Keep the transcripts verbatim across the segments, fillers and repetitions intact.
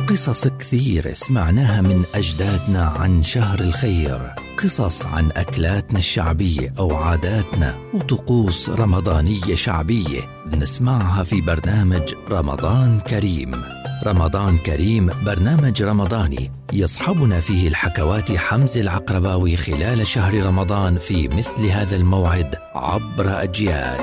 قصص كثير سمعناها من أجدادنا عن شهر الخير، قصص عن أكلاتنا الشعبية أو عاداتنا وطقوس رمضانية شعبية بنسمعها في برنامج رمضان كريم. رمضان كريم برنامج رمضاني يصحبنا فيه الحكواتي حمزة العقرباوي خلال شهر رمضان في مثل هذا الموعد عبر أجيال.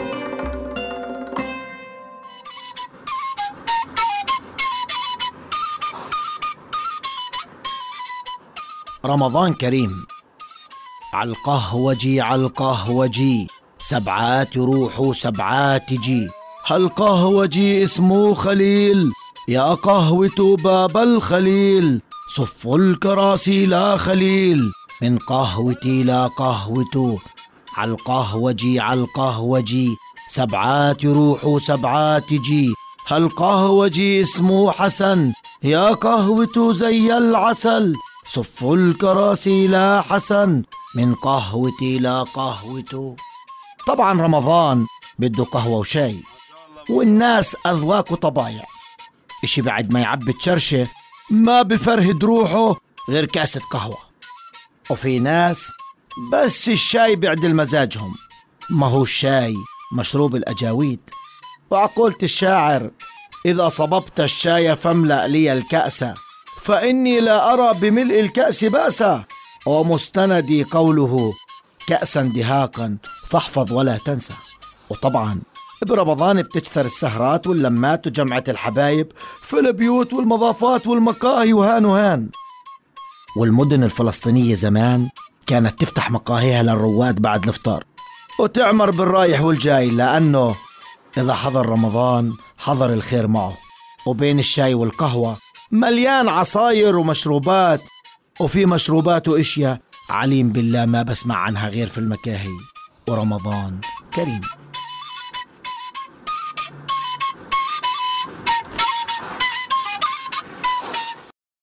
رمضان كريم. عالقهوجي عالقهوجي سبعات يروحوا سبعات يجي، هالقهوجي اسمه خليل يا قهوة باب الخليل، صفوا الكراسي لا خليل من قهوتي لا قهوته. عالقهوجي عالقهوجي سبعات يروحوا سبعات يجي، هالقهوجي اسمه حسن يا قهوته زي العسل، صفوا الكراسي لا حسن من قهوتي لا قهوته. طبعا رمضان بده قهوة وشاي، والناس أذواق وطبايع، إشي بعد ما يعبي تشرشة ما بفرهد روحه غير كاسة قهوة، وفي ناس بس الشاي بيعدل مزاجهم، ما هو الشاي مشروب الأجاويد. وعقولة الشاعر إذا صببت الشاي فاملأ لي الكأس، فإني لا أرى بملء الكأس بأسا، ومستندي قوله كأسا دهاقا فاحفظ ولا تنسى. وطبعا برمضان بتكثر السهرات واللمات وجمعة الحبايب في البيوت والمضافات والمقاهي وهان وهان. والمدن الفلسطينية زمان كانت تفتح مقاهيها للرواد بعد الافطار وتعمر بالرايح والجاي، لأنه إذا حضر رمضان حضر الخير معه، وبين الشاي والقهوة مليان عصاير ومشروبات، وفي مشروبات وإشياء عليم بالله ما بسمع عنها غير في المكاهي. ورمضان كريم.